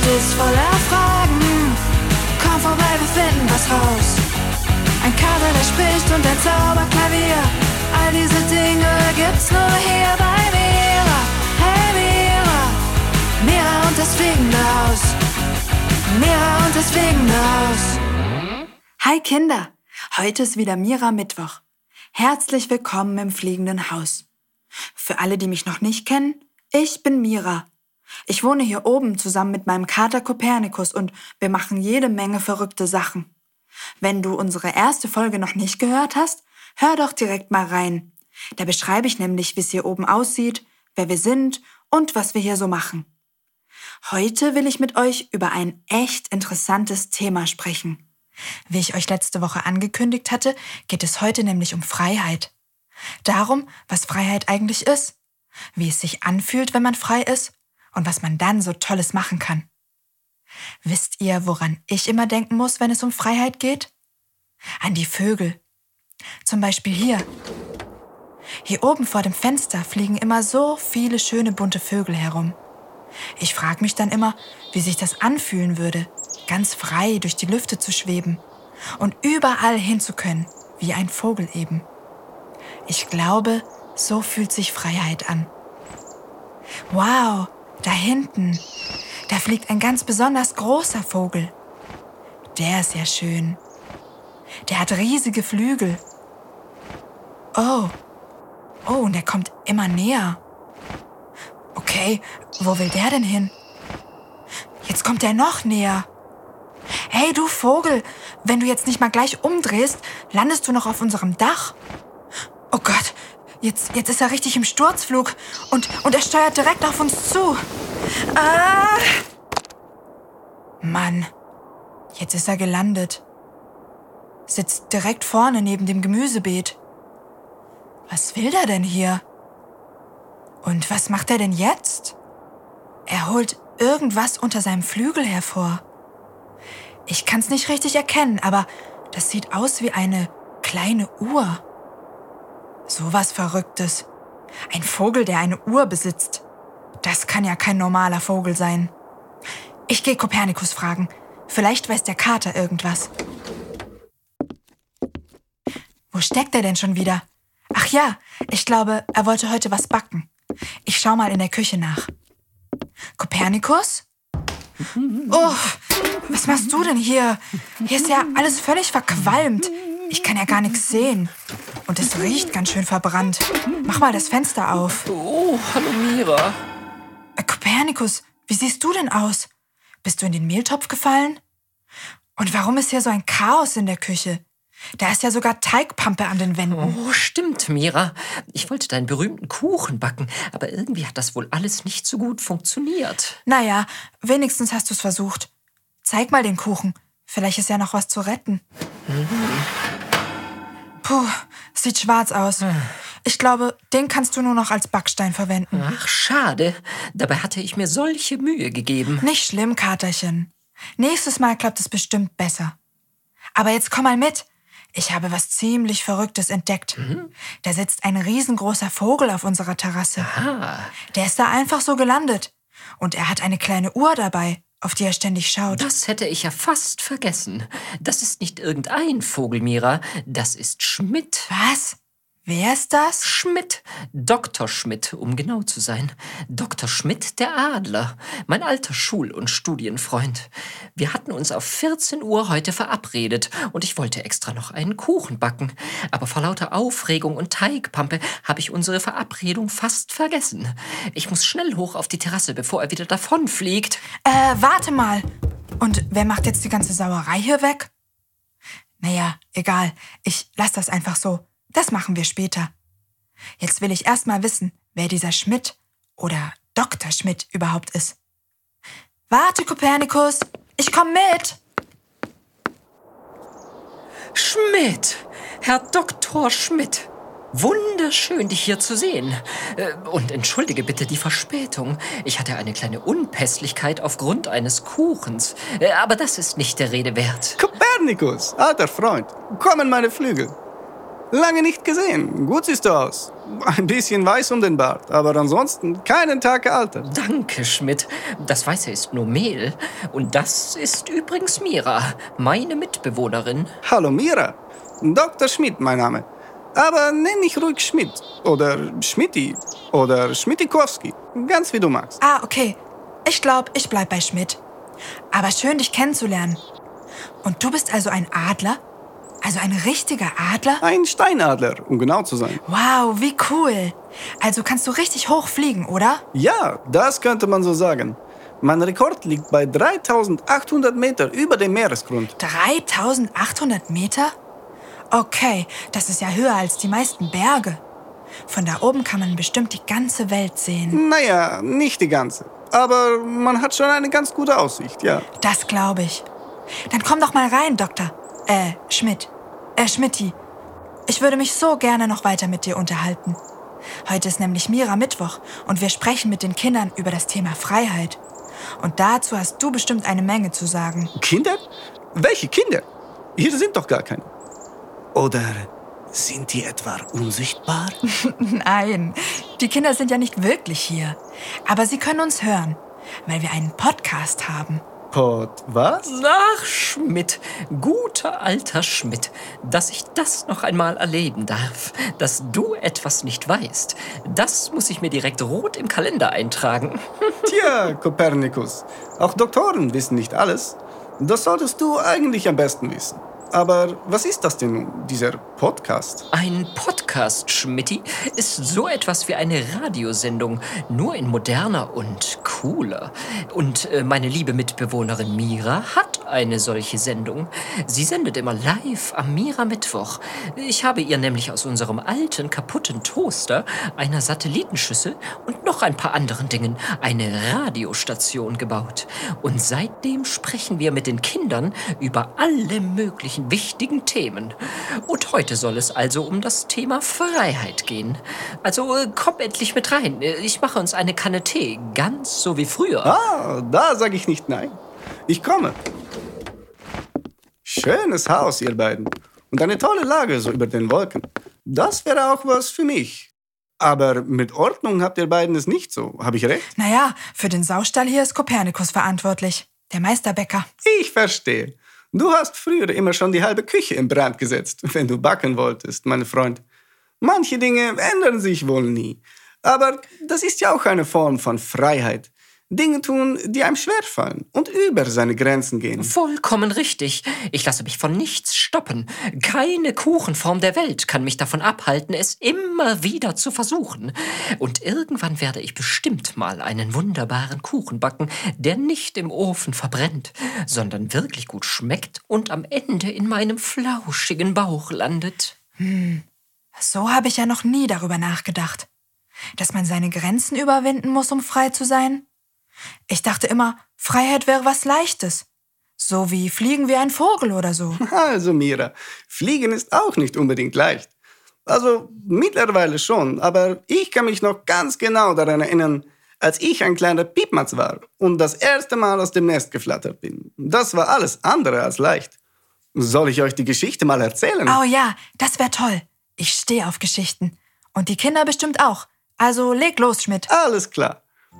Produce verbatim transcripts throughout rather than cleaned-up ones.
ist voller Fragen. Komm vorbei, wir finden was raus. Ein Kater, der spricht und ein Zauberklavier. All diese Dinge gibt's nur hier bei Mira. Hey Mira, Mira und das fliegende Haus. Mira und das fliegende Haus. Hi Kinder, heute ist wieder Mira Mittwoch. Herzlich willkommen im fliegenden Haus. Für alle, die mich noch nicht kennen, ich bin Mira. Ich wohne hier oben zusammen mit meinem Kater Kopernikus und wir machen jede Menge verrückte Sachen. Wenn du unsere erste Folge noch nicht gehört hast, hör doch direkt mal rein. Da beschreibe ich nämlich, wie es hier oben aussieht, wer wir sind und was wir hier so machen. Heute will ich mit euch über ein echt interessantes Thema sprechen. Wie ich euch letzte Woche angekündigt hatte, geht es heute nämlich um Freiheit. Darum, was Freiheit eigentlich ist, wie es sich anfühlt, wenn man frei ist und was man dann so Tolles machen kann. Wisst ihr, woran ich immer denken muss, wenn es um Freiheit geht? An die Vögel. Zum Beispiel hier. Hier oben vor dem Fenster fliegen immer so viele schöne bunte Vögel herum. Ich frage mich dann immer, wie sich das anfühlen würde, ganz frei durch die Lüfte zu schweben und überall hin zu können, wie ein Vogel eben. Ich glaube, so fühlt sich Freiheit an. Wow, da hinten, da fliegt ein ganz besonders großer Vogel. Der ist ja schön. Der hat riesige Flügel. Oh, oh, und der kommt immer näher. Okay, wo will der denn hin? Jetzt kommt er noch näher. Hey, du Vogel, wenn du jetzt nicht mal gleich umdrehst, landest du noch auf unserem Dach. Oh Gott, jetzt, jetzt ist er richtig im Sturzflug und, und er steuert direkt auf uns zu. Ah! Mann, jetzt ist er gelandet. Sitzt direkt vorne neben dem Gemüsebeet. Was will der denn hier? Und was macht er denn jetzt? Er holt irgendwas unter seinem Flügel hervor. Ich kann's nicht richtig erkennen, aber das sieht aus wie eine kleine Uhr. So was Verrücktes. Ein Vogel, der eine Uhr besitzt. Das kann ja kein normaler Vogel sein. Ich gehe Kopernikus fragen. Vielleicht weiß der Kater irgendwas. Wo steckt er denn schon wieder? Ach ja, ich glaube, er wollte heute was backen. Ich schau mal in der Küche nach. Kopernikus? Oh, was machst du denn hier? Hier ist ja alles völlig verqualmt. Ich kann ja gar nichts sehen. Und es riecht ganz schön verbrannt. Mach mal das Fenster auf. Oh, hallo Mira. Äh, Kopernikus, wie siehst du denn aus? Bist du in den Mehltopf gefallen? Und warum ist hier so ein Chaos in der Küche? Da ist ja sogar Teigpampe an den Wänden. Oh, stimmt, Mira. Ich wollte deinen berühmten Kuchen backen, aber irgendwie hat das wohl alles nicht so gut funktioniert. Naja, wenigstens hast du es versucht. Zeig mal den Kuchen. Vielleicht ist ja noch was zu retten. Mhm. Puh, sieht schwarz aus. Ich glaube, den kannst du nur noch als Backstein verwenden. Ach, schade. Dabei hatte ich mir solche Mühe gegeben. Nicht schlimm, Katerchen. Nächstes Mal klappt es bestimmt besser. Aber jetzt komm mal mit. Ich habe was ziemlich Verrücktes entdeckt. Mhm. Da sitzt ein riesengroßer Vogel auf unserer Terrasse. Aha. Der ist da einfach so gelandet. Und er hat eine kleine Uhr dabei, auf die er ständig schaut. Das hätte ich ja fast vergessen. Das ist nicht irgendein Vogel, Mira. Das ist Schmidt. Was? Wer ist das? Schmidt. Doktor Schmidt, um genau zu sein. Doktor Schmidt, der Adler. Mein alter Schul- und Studienfreund. Wir hatten uns auf vierzehn Uhr heute verabredet und ich wollte extra noch einen Kuchen backen. Aber vor lauter Aufregung und Teigpampe habe ich unsere Verabredung fast vergessen. Ich muss schnell hoch auf die Terrasse, bevor er wieder davonfliegt. Äh, warte mal. Und wer macht jetzt die ganze Sauerei hier weg? Naja, egal. Ich lass das einfach so. Das machen wir später. Jetzt will ich erst mal wissen, wer dieser Schmidt oder Doktor Schmidt überhaupt ist. Warte, Kopernikus, ich komm mit. Schmidt, Herr Doktor Schmidt. Wunderschön, dich hier zu sehen. Und entschuldige bitte die Verspätung. Ich hatte eine kleine Unpässlichkeit aufgrund eines Kuchens. Aber das ist nicht der Rede wert. Kopernikus, alter Freund, kommen meine Flügel. Lange nicht gesehen. Gut siehst du aus. Ein bisschen weiß um den Bart, aber ansonsten keinen Tag gealtert. Danke, Schmidt. Das Weiße ist nur Mehl. Und das ist übrigens Mira, meine Mitbewohnerin. Hallo Mira. Doktor Schmidt, mein Name. Aber nenn mich ruhig Schmidt oder Schmidti oder Schmittikowski. Ganz wie du magst. Ah, okay. Ich glaube, ich bleib bei Schmidt. Aber schön, dich kennenzulernen. Und du bist also ein Adler? Also ein richtiger Adler? Ein Steinadler, um genau zu sein. Wow, wie cool. Also kannst du richtig hoch fliegen, oder? Ja, das könnte man so sagen. Mein Rekord liegt bei dreitausendachthundert Meter über dem Meeresgrund. dreitausendachthundert Meter? Okay, das ist ja höher als die meisten Berge. Von da oben kann man bestimmt die ganze Welt sehen. Naja, nicht die ganze. Aber man hat schon eine ganz gute Aussicht, ja. Das glaube ich. Dann komm doch mal rein, Doktor. Äh, Schmidt. Äh, Schmidti. Ich würde mich so gerne noch weiter mit dir unterhalten. Heute ist nämlich Mira Mittwoch und wir sprechen mit den Kindern über das Thema Freiheit. Und dazu hast du bestimmt eine Menge zu sagen. Kinder? Welche Kinder? Hier sind doch gar keine. Oder sind die etwa unsichtbar? Nein, die Kinder sind ja nicht wirklich hier. Aber sie können uns hören, weil wir einen Podcast haben. Pod, was? Ach, Schmidt, guter alter Schmidt, dass ich das noch einmal erleben darf, dass du etwas nicht weißt. Das muss ich mir direkt rot im Kalender eintragen. Tja, Kopernikus, auch Doktoren wissen nicht alles. Das solltest du eigentlich am besten wissen. Aber was ist das denn nun, dieser Podcast? Ein Podcast, Schmidti, ist so etwas wie eine Radiosendung, nur in moderner und cooler. Und äh, meine liebe Mitbewohnerin Mira hat eine solche Sendung. Sie sendet immer live am Mira-Mittwoch. Ich habe ihr nämlich aus unserem alten, kaputten Toaster, einer Satellitenschüssel und noch ein paar anderen Dingen eine Radiostation gebaut. Und seitdem sprechen wir mit den Kindern über alle möglichen wichtigen Themen. Und heute soll es also um das Thema Freiheit gehen. Also äh, komm endlich mit rein. Ich mache uns eine Kanne Tee, ganz so wie früher. Ah, da sage ich nicht nein. Ich komme. Schönes Haus, ihr beiden. Und eine tolle Lage so über den Wolken. Das wäre auch was für mich. Aber mit Ordnung habt ihr beiden es nicht so. Habe ich recht? Naja, für den Saustall hier ist Kopernikus verantwortlich. Der Meisterbäcker. Ich verstehe. Du hast früher immer schon die halbe Küche in Brand gesetzt, wenn du backen wolltest, mein Freund. Manche Dinge ändern sich wohl nie. Aber das ist ja auch eine Form von Freiheit. Dinge tun, die einem schwerfallen und über seine Grenzen gehen. Vollkommen richtig. Ich lasse mich von nichts stoppen. Keine Kuchenform der Welt kann mich davon abhalten, es immer wieder zu versuchen. Und irgendwann werde ich bestimmt mal einen wunderbaren Kuchen backen, der nicht im Ofen verbrennt, sondern wirklich gut schmeckt und am Ende in meinem flauschigen Bauch landet. Hm, so habe ich ja noch nie darüber nachgedacht. Dass man seine Grenzen überwinden muss, um frei zu sein? Ich dachte immer, Freiheit wäre was Leichtes. So wie fliegen wie ein Vogel oder so. Also Mira, fliegen ist auch nicht unbedingt leicht. Also mittlerweile schon, aber ich kann mich noch ganz genau daran erinnern, als ich ein kleiner Piepmatz war und das erste Mal aus dem Nest geflattert bin. Das war alles andere als leicht. Soll ich euch die Geschichte mal erzählen? Oh ja, das wäre toll. Ich stehe auf Geschichten. Und die Kinder bestimmt auch. Also leg los, Schmidt. Alles klar.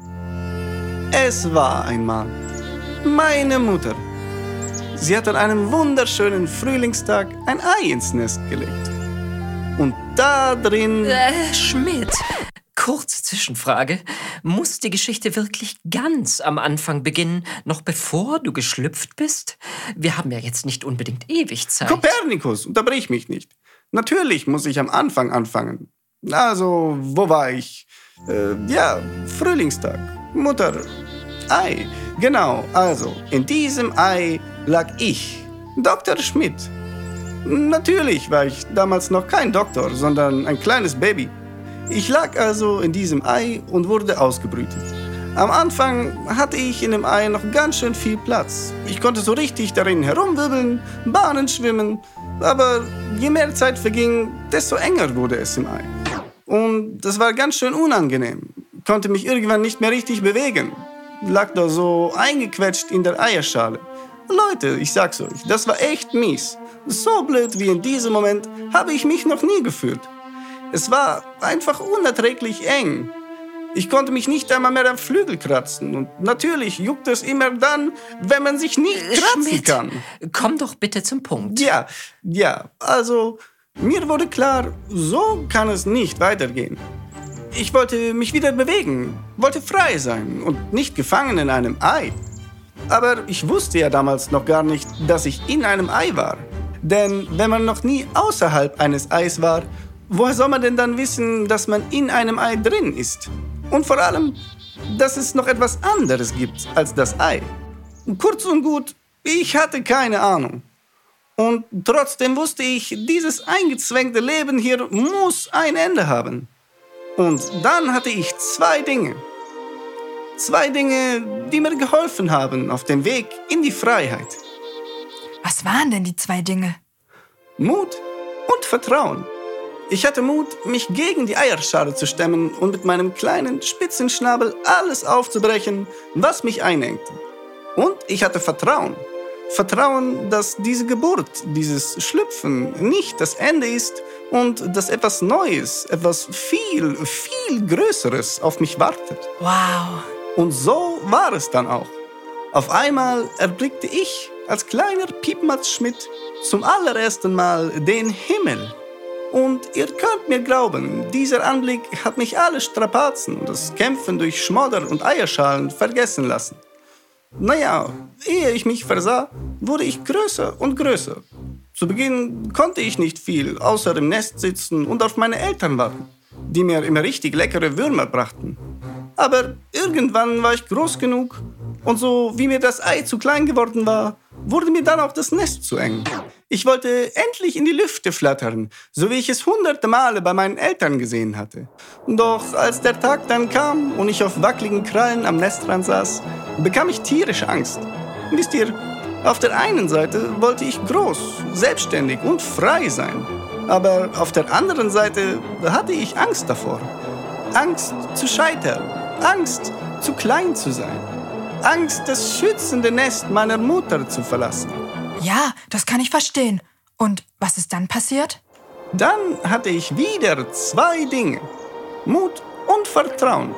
Es war einmal meine Mutter. Sie hat an einem wunderschönen Frühlingstag ein Ei ins Nest gelegt. Und da drin... Äh, Schmidt, kurze Zwischenfrage. Muss die Geschichte wirklich ganz am Anfang beginnen, noch bevor du geschlüpft bist? Wir haben ja jetzt nicht unbedingt ewig Zeit. Kopernikus, unterbrich mich nicht. Natürlich muss ich am Anfang anfangen. Also, wo war ich? Äh, ja, Frühlingstag. Mutter, Ei. Genau, also, in diesem Ei lag ich, Doktor Schmidt. Natürlich war ich damals noch kein Doktor, sondern ein kleines Baby. Ich lag also in diesem Ei und wurde ausgebrütet. Am Anfang hatte ich in dem Ei noch ganz schön viel Platz. Ich konnte so richtig darin herumwirbeln, Bahnen schwimmen. Aber je mehr Zeit verging, desto enger wurde es im Ei. Und das war ganz schön unangenehm. Ich konnte mich irgendwann nicht mehr richtig bewegen. Lag da so eingequetscht in der Eierschale. Leute, ich sag's euch, das war echt mies. So blöd wie in diesem Moment habe ich mich noch nie gefühlt. Es war einfach unerträglich eng. Ich konnte mich nicht einmal mehr am Flügel kratzen. Und natürlich juckt es immer dann, wenn man sich nicht kratzen Schmidt, kann. komm doch bitte zum Punkt. Ja, ja, also mir wurde klar, so kann es nicht weitergehen. Ich wollte mich wieder bewegen, wollte frei sein und nicht gefangen in einem Ei. Aber ich wusste ja damals noch gar nicht, dass ich in einem Ei war. Denn wenn man noch nie außerhalb eines Eis war, woher soll man denn dann wissen, dass man in einem Ei drin ist? Und vor allem, dass es noch etwas anderes gibt als das Ei. Kurz und gut, ich hatte keine Ahnung. Und trotzdem wusste ich, dieses eingezwängte Leben hier muss ein Ende haben. Und dann hatte ich zwei Dinge. Zwei Dinge, die mir geholfen haben auf dem Weg in die Freiheit. Was waren denn die zwei Dinge? Mut und Vertrauen. Ich hatte Mut, mich gegen die Eierschale zu stemmen und mit meinem kleinen, spitzen Schnabel alles aufzubrechen, was mich einengte. Und ich hatte Vertrauen. Vertrauen, dass diese Geburt, dieses Schlüpfen nicht das Ende ist und dass etwas Neues, etwas viel, viel Größeres auf mich wartet. Wow. Und so war es dann auch. Auf einmal erblickte ich als kleiner Piepmatz Schmidt zum allerersten Mal den Himmel. Und ihr könnt mir glauben, dieser Anblick hat mich alle Strapazen und das Kämpfen durch Schmodder und Eierschalen vergessen lassen. Naja, ehe ich mich versah, wurde ich größer und größer. Zu Beginn konnte ich nicht viel, außer im Nest sitzen und auf meine Eltern warten, die mir immer richtig leckere Würmer brachten. Aber irgendwann war ich groß genug und so wie mir das Ei zu klein geworden war, wurde mir dann auch das Nest zu eng. Ich wollte endlich in die Lüfte flattern, so wie ich es hunderte Male bei meinen Eltern gesehen hatte. Doch als der Tag dann kam und ich auf wackeligen Krallen am Nestrand saß, bekam ich tierische Angst. Wisst ihr, auf der einen Seite wollte ich groß, selbstständig und frei sein. Aber auf der anderen Seite hatte ich Angst davor. Angst zu scheitern, Angst zu klein zu sein, Angst, das schützende Nest meiner Mutter zu verlassen. Ja, das kann ich verstehen. Und was ist dann passiert? Dann hatte ich wieder zwei Dinge. Mut und Vertrauen.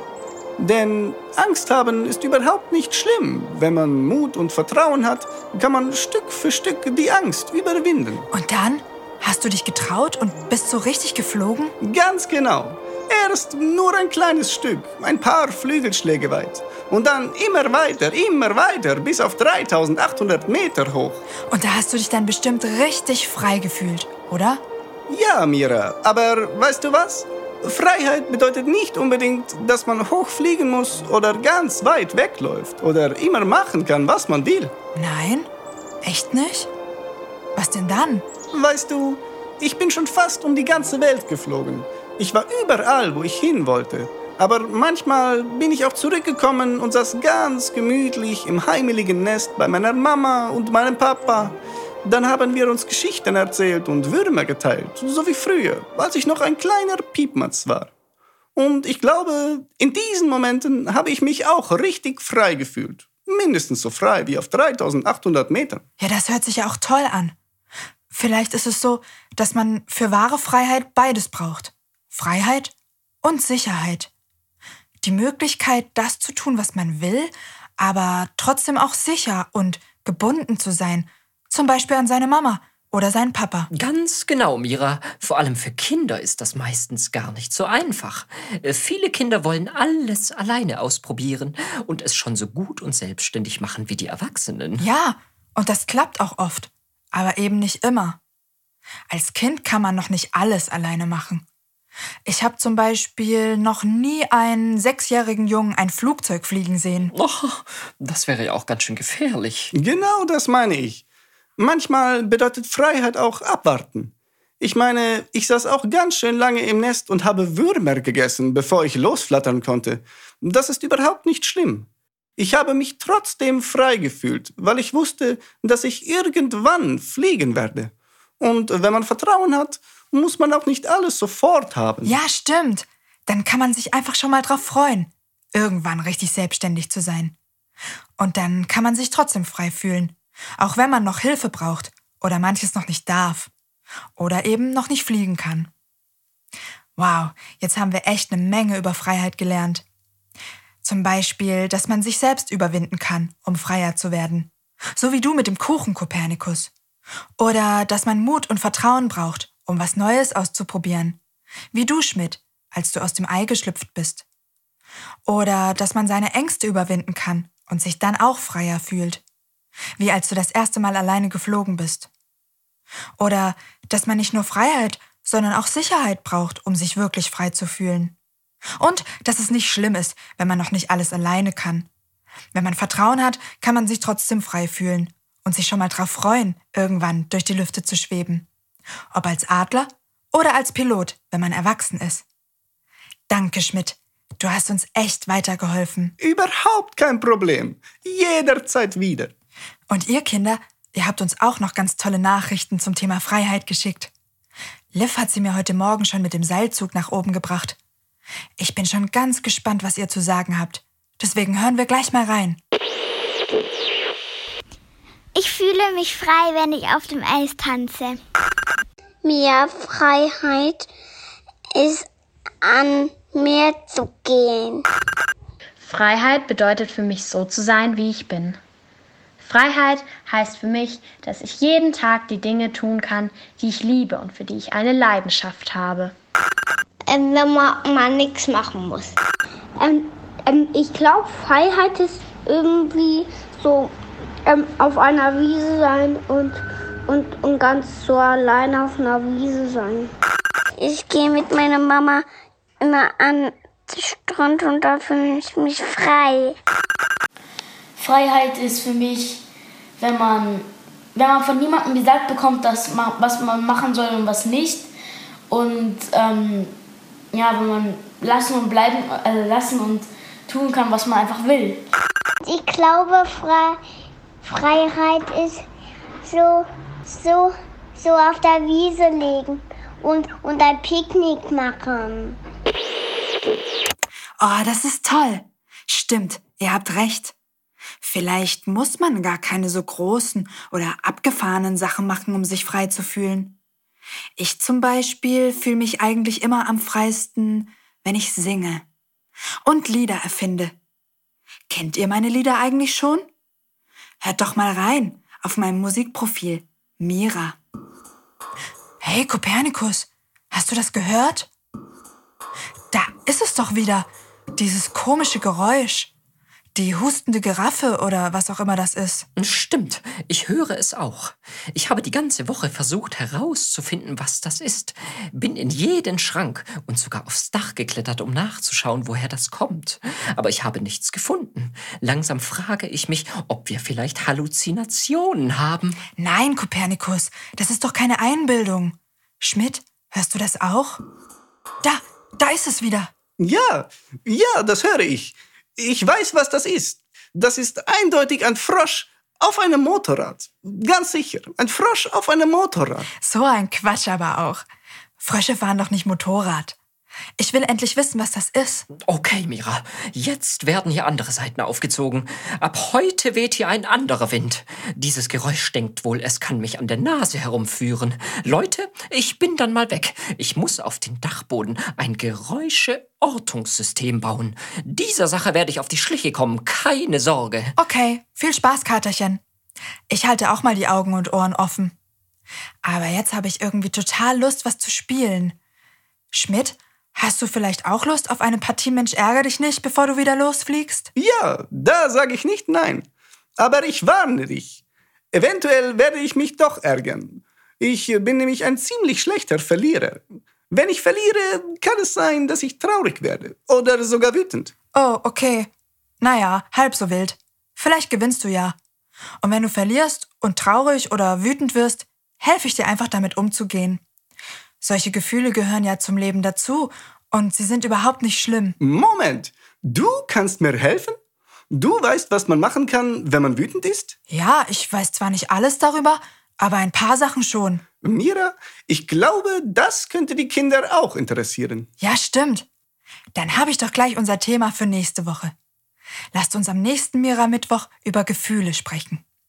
Denn Angst haben ist überhaupt nicht schlimm. Wenn man Mut und Vertrauen hat, kann man Stück für Stück die Angst überwinden. Und dann? Hast du dich getraut und bist so richtig geflogen? Ganz genau. Erst nur ein kleines Stück, ein paar Flügelschläge weit. Und dann immer weiter, immer weiter, bis auf dreitausendachthundert Meter hoch. Und da hast du dich dann bestimmt richtig frei gefühlt, oder? Ja, Mira, aber weißt du was? Freiheit bedeutet nicht unbedingt, dass man hochfliegen muss oder ganz weit wegläuft oder immer machen kann, was man will. Nein? Echt nicht? Was denn dann? Weißt du, ich bin schon fast um die ganze Welt geflogen. Ich war überall, wo ich hin wollte. Aber manchmal bin ich auch zurückgekommen und saß ganz gemütlich im heimeligen Nest bei meiner Mama und meinem Papa. Dann haben wir uns Geschichten erzählt und Würmer geteilt, so wie früher, als ich noch ein kleiner Piepmatz war. Und ich glaube, in diesen Momenten habe ich mich auch richtig frei gefühlt. Mindestens so frei wie auf dreitausendachthundert Metern. Ja, das hört sich ja auch toll an. Vielleicht ist es so, dass man für wahre Freiheit beides braucht. Freiheit und Sicherheit. Die Möglichkeit, das zu tun, was man will, aber trotzdem auch sicher und gebunden zu sein. Zum Beispiel an seine Mama oder seinen Papa. Ganz genau, Mira. Vor allem für Kinder ist das meistens gar nicht so einfach. Äh, Viele Kinder wollen alles alleine ausprobieren und es schon so gut und selbstständig machen wie die Erwachsenen. Ja, und das klappt auch oft, aber eben nicht immer. Als Kind kann man noch nicht alles alleine machen. Ich habe zum Beispiel noch nie einen sechsjährigen Jungen ein Flugzeug fliegen sehen. Oh, das wäre ja auch ganz schön gefährlich. Genau das meine ich. Manchmal bedeutet Freiheit auch abwarten. Ich meine, ich saß auch ganz schön lange im Nest und habe Würmer gegessen, bevor ich losflattern konnte. Das ist überhaupt nicht schlimm. Ich habe mich trotzdem frei gefühlt, weil ich wusste, dass ich irgendwann fliegen werde. Und wenn man Vertrauen hat, muss man auch nicht alles sofort haben. Ja, stimmt. Dann kann man sich einfach schon mal drauf freuen, irgendwann richtig selbstständig zu sein. Und dann kann man sich trotzdem frei fühlen. Auch wenn man noch Hilfe braucht oder manches noch nicht darf oder eben noch nicht fliegen kann. Wow, jetzt haben wir echt eine Menge über Freiheit gelernt. Zum Beispiel, dass man sich selbst überwinden kann, um freier zu werden. So wie du mit dem Kuchen, Kopernikus. Oder dass man Mut und Vertrauen braucht, um was Neues auszuprobieren. Wie du, Schmidt, als du aus dem Ei geschlüpft bist. Oder dass man seine Ängste überwinden kann und sich dann auch freier fühlt. Wie als du das erste Mal alleine geflogen bist. Oder dass man nicht nur Freiheit, sondern auch Sicherheit braucht, um sich wirklich frei zu fühlen. Und dass es nicht schlimm ist, wenn man noch nicht alles alleine kann. Wenn man Vertrauen hat, kann man sich trotzdem frei fühlen und sich schon mal drauf freuen, irgendwann durch die Lüfte zu schweben. Ob als Adler oder als Pilot, wenn man erwachsen ist. Danke, Schmidt. Du hast uns echt weitergeholfen. Überhaupt kein Problem. Jederzeit wieder. Und ihr Kinder, ihr habt uns auch noch ganz tolle Nachrichten zum Thema Freiheit geschickt. Liv hat sie mir heute Morgen schon mit dem Seilzug nach oben gebracht. Ich bin schon ganz gespannt, was ihr zu sagen habt. Deswegen hören wir gleich mal rein. Ich fühle mich frei, wenn ich auf dem Eis tanze. Mehr Freiheit ist an Meer zu gehen. Freiheit bedeutet für mich, so zu sein, wie ich bin. Freiheit heißt für mich, dass ich jeden Tag die Dinge tun kann, die ich liebe und für die ich eine Leidenschaft habe. Ähm, wenn man mal nichts machen muss. Ähm, ähm, ich glaube, Freiheit ist irgendwie so ähm, auf einer Wiese sein und, und, und ganz so alleine auf einer Wiese sein. Ich gehe mit meiner Mama immer an den Strand und da fühle ich mich frei. Freiheit ist für mich, wenn man, wenn man von niemandem gesagt bekommt, dass man, was man machen soll und was nicht. Und ähm, ja, wenn man lassen und bleiben, äh, lassen und tun kann, was man einfach will. Ich glaube, Fre- Freiheit ist so, so, so auf der Wiese liegen und, und ein Picknick machen. Oh, das ist toll. Stimmt, ihr habt recht. Vielleicht muss man gar keine so großen oder abgefahrenen Sachen machen, um sich frei zu fühlen. Ich zum Beispiel fühle mich eigentlich immer am freisten, wenn ich singe und Lieder erfinde. Kennt ihr meine Lieder eigentlich schon? Hört doch mal rein auf meinem Musikprofil Mira. Hey Kopernikus, hast du das gehört? Da ist es doch wieder, dieses komische Geräusch. Die hustende Giraffe oder was auch immer das ist. Stimmt, ich höre es auch. Ich habe die ganze Woche versucht herauszufinden, was das ist. Bin in jeden Schrank und sogar aufs Dach geklettert, um nachzuschauen, woher das kommt. Aber ich habe nichts gefunden. Langsam frage ich mich, ob wir vielleicht Halluzinationen haben. Nein, Kopernikus, das ist doch keine Einbildung. Schmidt, hörst du das auch? Da, da ist es wieder. Ja, ja, das höre ich. Ich weiß, was das ist. Das ist eindeutig ein Frosch auf einem Motorrad. Ganz sicher, ein Frosch auf einem Motorrad. So ein Quatsch aber auch. Frösche fahren doch nicht Motorrad. Ich will endlich wissen, was das ist. Okay, Mira, jetzt werden hier andere Seiten aufgezogen. Ab heute weht hier ein anderer Wind. Dieses Geräusch denkt wohl, es kann mich an der Nase herumführen. Leute, ich bin dann mal weg. Ich muss auf den Dachboden ein Geräusche-Ortungssystem bauen. Dieser Sache werde ich auf die Schliche kommen, keine Sorge. Okay, viel Spaß, Katerchen. Ich halte auch mal die Augen und Ohren offen. Aber jetzt habe ich irgendwie total Lust, was zu spielen. Schmidt, hast du vielleicht auch Lust auf eine Partie Mensch ärger dich nicht, bevor du wieder losfliegst? Ja, da sage ich nicht nein. Aber ich warne dich. Eventuell werde ich mich doch ärgern. Ich bin nämlich ein ziemlich schlechter Verlierer. Wenn ich verliere, kann es sein, dass ich traurig werde. Oder sogar wütend. Oh, okay. Naja, halb so wild. Vielleicht gewinnst du ja. Und wenn du verlierst und traurig oder wütend wirst, helfe ich dir einfach damit umzugehen. Solche Gefühle gehören ja zum Leben dazu und sie sind überhaupt nicht schlimm. Moment, du kannst mir helfen? Du weißt, was man machen kann, wenn man wütend ist? Ja, ich weiß zwar nicht alles darüber, aber ein paar Sachen schon. Mira, ich glaube, das könnte die Kinder auch interessieren. Ja, stimmt. Dann habe ich doch gleich unser Thema für nächste Woche. Lasst uns am nächsten Mira-Mittwoch über Gefühle sprechen.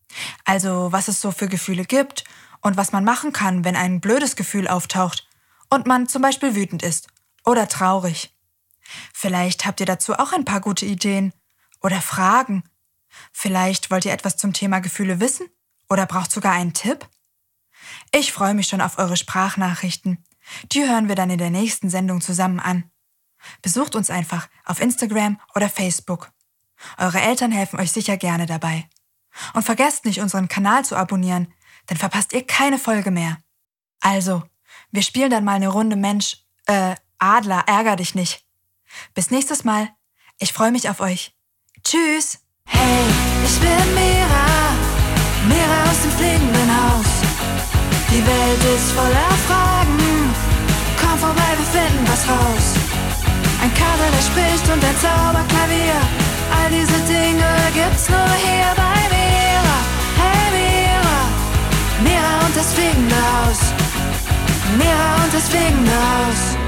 Also, was es so für Gefühle gibt und was man machen kann, wenn ein blödes Gefühl auftaucht und man zum Beispiel wütend ist oder traurig. Vielleicht habt ihr dazu auch ein paar gute Ideen oder Fragen. Vielleicht wollt ihr etwas zum Thema Gefühle wissen oder braucht sogar einen Tipp? Ich freue mich schon auf eure Sprachnachrichten. Die hören wir dann in der nächsten Sendung zusammen an. Besucht uns einfach auf Instagram oder Facebook. Eure Eltern helfen euch sicher gerne dabei. Und vergesst nicht, unseren Kanal zu abonnieren, dann verpasst ihr keine Folge mehr. Also, wir spielen dann mal eine Runde Mensch, äh, Adler, ärger dich nicht. Bis nächstes Mal. Ich freue mich auf euch. Tschüss. Hey, ich bin Mira, Mira aus dem fliegenden Haus. Die Welt ist voller Fragen, komm vorbei, wir finden was raus. Ein Kater, der spricht und ein Zauberklavier, all diese Dinge gibt's nur hier bei Mira. Hey Mira, Mira und das fliegende Haus, Mira und das fliegende Haus.